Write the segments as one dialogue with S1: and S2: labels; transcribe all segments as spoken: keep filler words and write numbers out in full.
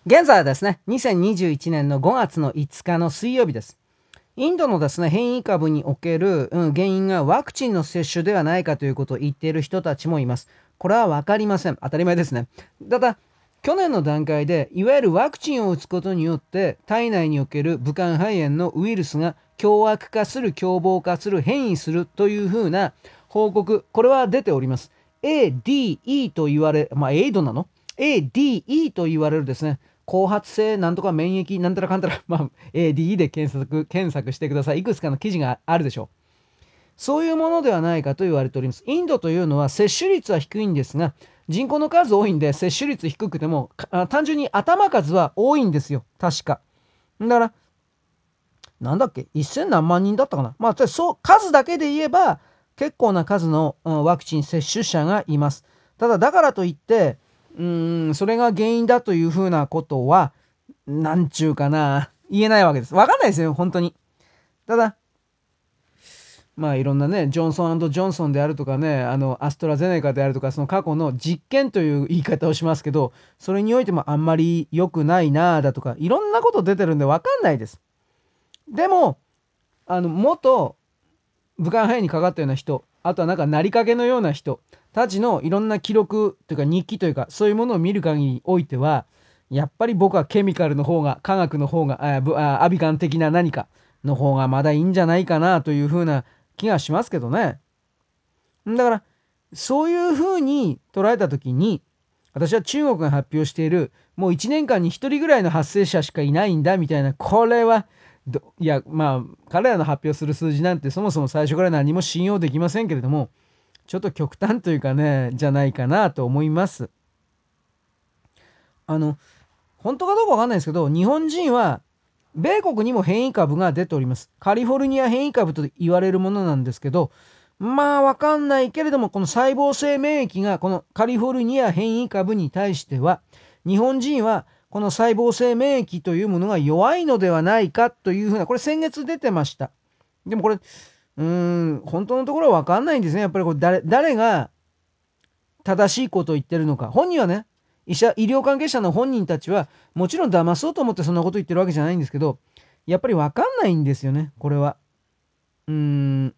S1: 現在はですね、にせんにじゅういちねんのごがつのいつかの水曜日です。インドのですね、変異株における、うん、原因がワクチンの接種ではないかということを言っている人たちもいます。これはわかりません。当たり前ですね。ただ、去年の段階で、いわゆるワクチンを打つことによって、体内における武漢肺炎のウイルスが凶悪化する、凶暴化する、変異するというふうな報告、これは出ております。エーディーイー と言われ、まあ、エイドなの ?エーディーイー と言われるですね、後発性なんとか免疫なんたらかんたら、まあ、エーディーイー で検索、検索してください。いくつかの記事があるでしょう。そういうものではないかと言われております。インドというのは接種率は低いんですが、人口の数多いんで接種率低くても、単純に頭数は多いんですよ。確か。だから、なんだっけ、せん何万人だったかな。まあ、そう、数だけで言えば、結構な数の、うん、ワクチン接種者がいます。ただ、だからといって、うーん、それが原因だというふうなことは、なんちゅうかな、言えないわけです。わかんないですよ、本当に。ただ、まあいろんなね、ジョンソンジョンソンであるとかね、あの、アストラゼネカであるとか、その過去の実験という言い方をしますけど、それにおいてもあんまり良くないなあだとか、いろんなこと出てるんでわかんないです。でも、あの、元武漢肺炎にかかったような人、あとはなんかなりかけのような人たちのいろんな記録というか日記というか、そういうものを見る限りにおいては、やっぱり僕はケミカルの方が、科学の方が、ああアビガン的な何かの方がまだいいんじゃないかなというふうな気がしますけどね。だから、そういうふうに捉えたときに、私は中国が発表している、もういちねんかんにひとりぐらいの発生者しかいないんだみたいな、これは、いや、まあ、彼らの発表する数字なんてそもそも最初から何も信用できませんけれども、ちょっと極端というかね、じゃないかなと思います。あの、本当かどうかわかんないですけど、日本人は、米国にも変異株が出ております。カリフォルニア変異株と言われるものなんですけど、まあわかんないけれども、この細胞性免疫がこのカリフォルニア変異株に対しては、日本人はこの細胞性免疫というものが弱いのではないかというふうな、これ先月出てました。でもこれ、うーん、本当のところはわかんないんですね。やっぱりこれ誰、誰が正しいことを言ってるのか。本人はね、医者、医療関係者の本人たちは、もちろん騙そうと思ってそんなこと言ってるわけじゃないんですけど、やっぱりわかんないんですよね、これは。うーん、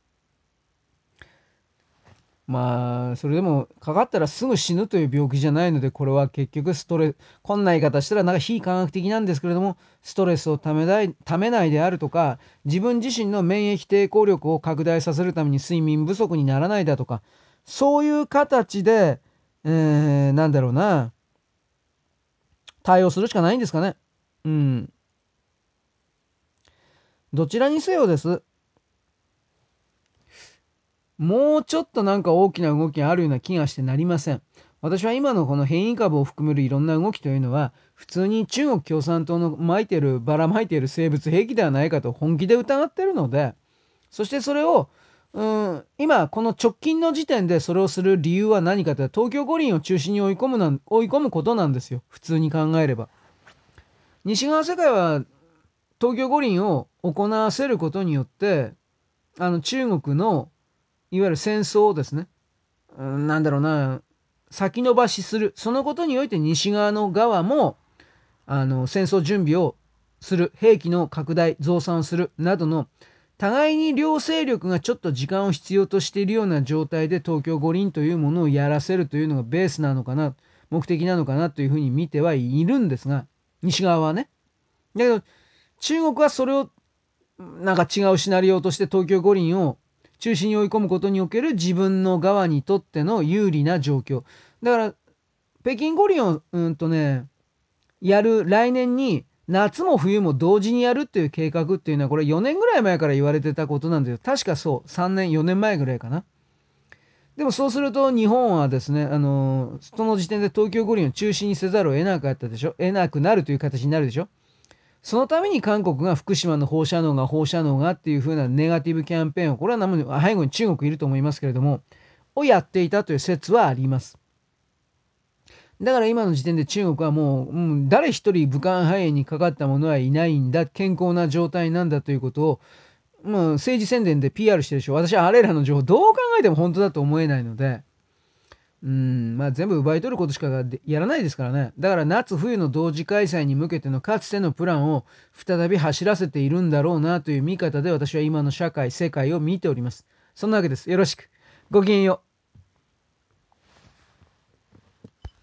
S1: まあ、それでも、かかったらすぐ死ぬという病気じゃないので、これは結局ストレス、こんな言い方したらなんか非科学的なんですけれども、ストレスをためない、ためないであるとか、自分自身の免疫抵抗力を拡大させるために睡眠不足にならないだとか、そういう形で、えー、なんだろうな、対応するしかないんですかね。うん。どちらにせよです。もうちょっとなんか大きな動きがあるような気がしてなりません。私は今のこの変異株を含めるいろんな動きというのは、普通に中国共産党の撒いてる、ばらまいている生物兵器ではないかと本気で疑っているので、そしてそれを、うん、今この直近の時点でそれをする理由は何かというと、東京五輪を中心に追い込むな追い込むことなんですよ。普通に考えれば。西側世界は東京五輪を行わせることによって、あの中国のいわゆる戦争をですね、うん、なんだろうな、先延ばしする。そのことにおいて西側の側も、あの、戦争準備をする。兵器の拡大、増産をする。などの、互いに両勢力がちょっと時間を必要としているような状態で東京五輪というものをやらせるというのがベースなのかな、目的なのかなというふうに見てはいるんですが、西側はね。だけど、中国はそれをなんか違うシナリオとして東京五輪を中心に追い込むことにおける自分の側にとっての有利な状況。だから、北京五輪を、うんとね、やる来年に夏も冬も同時にやるっていう計画っていうのはこれよねんぐらい前から言われてたことなんですよ。確かそう、さんねん、よねんまえぐらいかな。でもそうすると日本はですね、あのその時点で東京五輪を中止にせざるを得なかったでしょ。得なくなるという形になるでしょ。そのために韓国が福島の放射能が放射能がっていう風なネガティブキャンペーンを、これは何も背後に中国いると思いますけれども、をやっていたという説はあります。だから今の時点で中国はもう、うん、誰一人武漢肺炎にかかった者はいないんだ、健康な状態なんだということを、もう政治宣伝で ピーアール してるでしょ。私はあれらの情報どう考えても本当だと思えないので、 うん、まあ全部奪い取ることしかでやらないですからね。だから夏冬の同時開催に向けてのかつてのプランを再び走らせているんだろうなという見方で私は今の社会、世界を見ております。そんなわけです。よろしく。ごきげんよう。